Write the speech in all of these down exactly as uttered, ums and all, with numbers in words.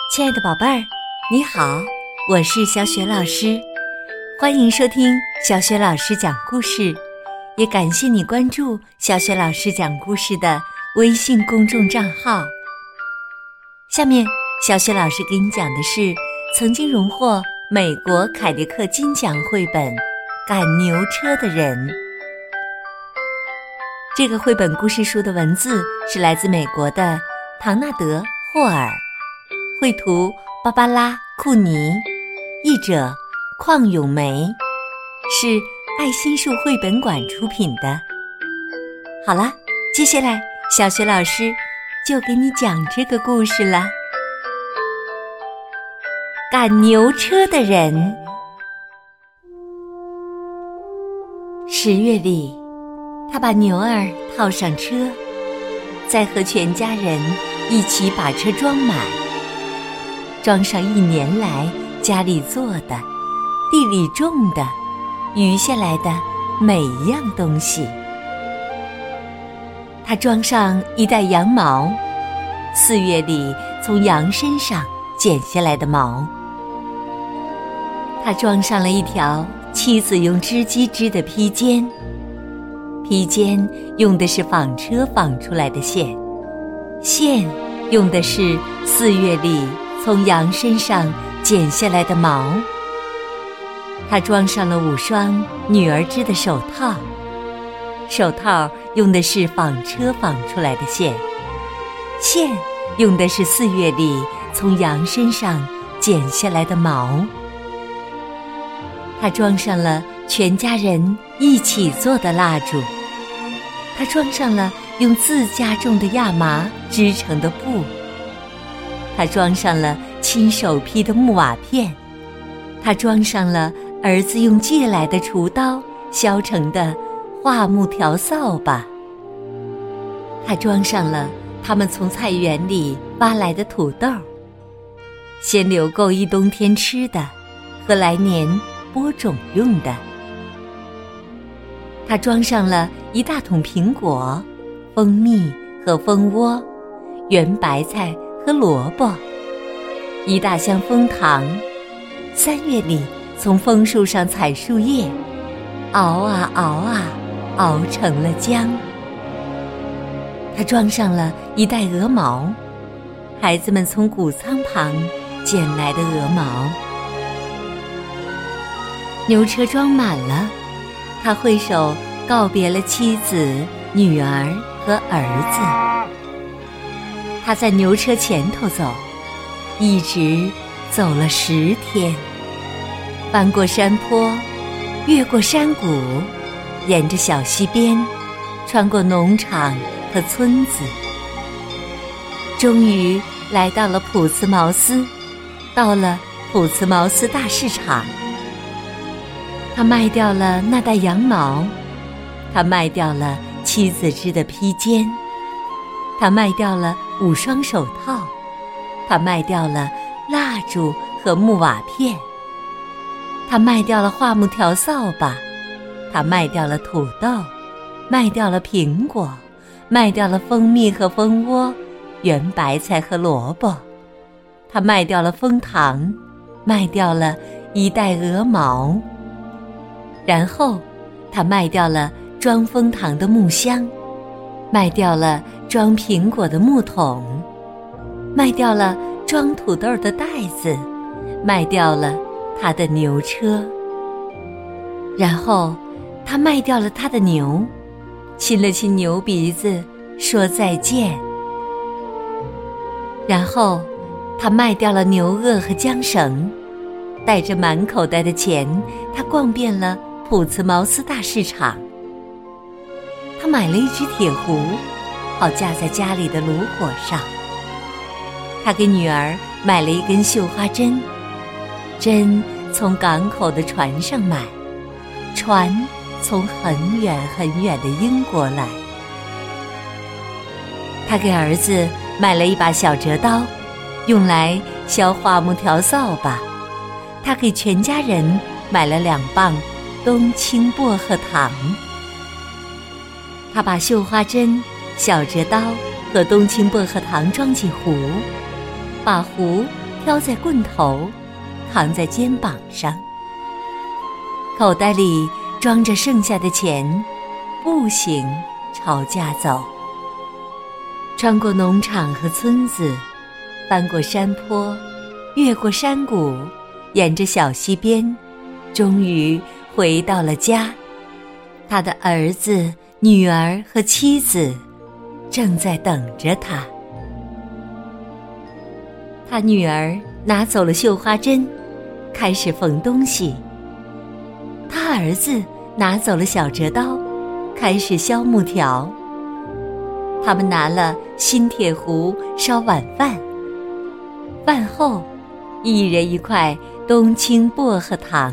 亲爱的宝贝儿，你好，我是小雪老师，欢迎收听小雪老师讲故事，也感谢你关注小雪老师讲故事的微信公众账号。下面小雪老师给你讲的是曾经荣获美国凯迪克金奖绘本《赶牛车的人》。这个绘本故事书的文字是来自美国的唐纳德·霍尔，绘图芭芭拉·库尼，译者邝咏梅，是爱心树绘本馆出品的。好了，接下来小雪老师就给你讲这个故事了。赶牛车的人。十月里，他把牛儿套上车，再和全家人一起把车装满，装上一年来家里做的、地里种的、余下来的每一样东西。他装上一袋羊毛，四月里从羊身上剪下来的毛。他装上了一条妻子用织机织的披肩，披肩用的是纺车纺出来的线，线用的是四月里从羊身上剪下来的毛。他装上了五双女儿织的手套，手套用的是纺车纺出来的线，线用的是四月里从羊身上剪下来的毛。他装上了全家人一起做的蜡烛，他装上了用自家种的亚麻织成的布，他装上了亲手劈的木瓦片，他装上了儿子用借来的锄刀削成的桦木条扫把，他装上了他们从菜园里挖来的土豆，先留够一冬天吃的和来年播种用的。他装上了一大桶苹果、蜂蜜和蜂窝、圆白菜和萝卜，一大箱枫糖，三月里从枫树上采树叶，熬啊熬啊熬成了浆。他装上了一袋鹅毛，孩子们从谷仓旁捡来的鹅毛。牛车装满了，他挥手告别了妻子、女儿和儿子。他在牛车前头走，一直走了十天，翻过山坡，越过山谷，沿着小溪边，穿过农场和村子，终于来到了普茨茅斯，到了普茨茅斯大市场。他卖掉了那袋羊毛，他卖掉了妻子织的披肩，他卖掉了五双手套，他卖掉了蜡烛和木瓦片，他卖掉了桦木条扫把，他卖掉了土豆，卖掉了苹果，卖掉了蜂蜜和蜂窝，圆白菜和萝卜，他卖掉了枫糖，卖掉了一袋鹅毛。然后他卖掉了装枫糖的木箱，卖掉了装苹果的木桶，卖掉了装土豆的袋子，卖掉了他的牛车。然后他卖掉了他的牛，亲了亲牛鼻子，说再见。然后他卖掉了牛轭和缰绳，带着满口袋的钱，他逛遍了普茨茅斯大市场。他买了一只铁壶，好架在家里的炉火上。他给女儿买了一根绣花针，针从港口的船上买，船从很远很远的英国来。他给儿子买了一把小折刀，用来削桦木条扫把。他给全家人买了两磅冬青薄荷糖。他把绣花针、小折刀和冬青薄荷糖装进壶，把壶挑在棍头，扛在肩膀上，口袋里装着剩下的钱，步行朝家走。穿过农场和村子，翻过山坡，越过山谷，沿着小溪边，终于回到了家。他的儿子、女儿和妻子正在等着他。他女儿拿走了绣花针，开始缝东西。他儿子拿走了小折刀，开始削木条。他们拿了新铁壶烧晚饭，饭后一人一块冬青薄荷糖。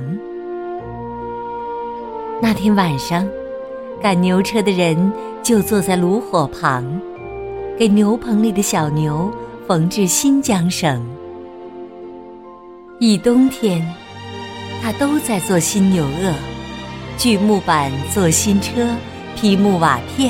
那天晚上，赶牛车的人就坐在炉火旁，给牛棚里的小牛缝制新缰绳。一冬天，他都在做新牛轭，锯木板做新车，劈木瓦片。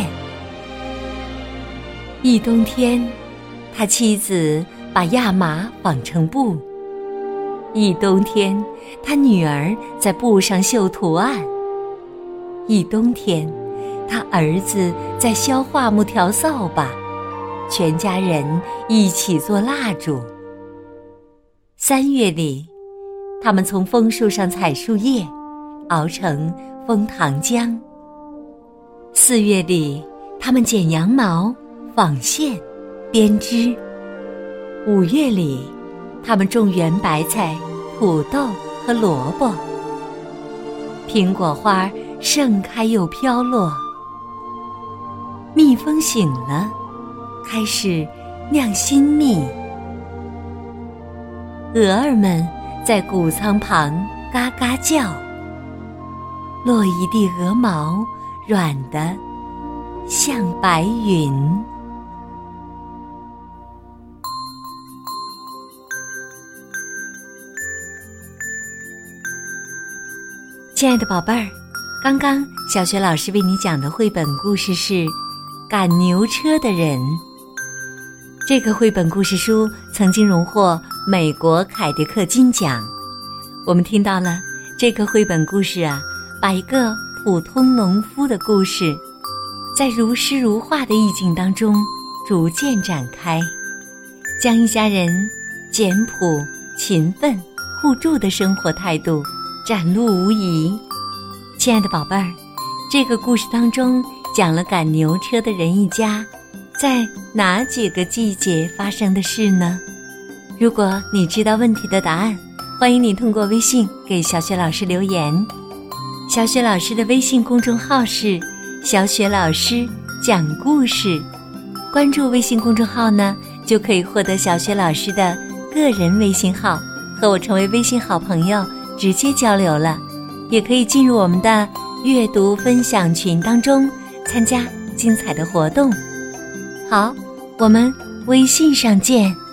一冬天，他妻子把亚麻纺成布。一冬天，他女儿在布上绣图案。一冬天，他儿子在削桦木条扫把，全家人一起做蜡烛。三月里，他们从枫树上采树叶，熬成枫糖浆。四月里，他们剪羊毛、纺线、编织。五月里，他们种圆白菜、土豆和萝卜。苹果花盛开又飘落，蜜蜂醒了，开始酿新蜜。鹅儿们在谷仓旁嘎嘎叫，落一地鹅毛，软得像白云。亲爱的宝贝儿，刚刚小雪老师为你讲的绘本故事是《赶牛车的人》。这个绘本故事书曾经荣获美国凯迪克金奖。我们听到了这个绘本故事啊，把一个普通农夫的故事，在如诗如画的意境当中逐渐展开，将一家人简朴、勤奋、互助的生活态度展露无遗。亲爱的宝贝儿，这个故事当中讲了赶牛车的人一家在哪几个季节发生的事呢？如果你知道问题的答案，欢迎你通过微信给小雪老师留言。小雪老师的微信公众号是小雪老师讲故事，关注微信公众号呢，就可以获得小雪老师的个人微信号，和我成为微信好朋友，直接交流了。也可以进入我们的阅读分享群当中，参加精彩的活动。好，我们微信上见。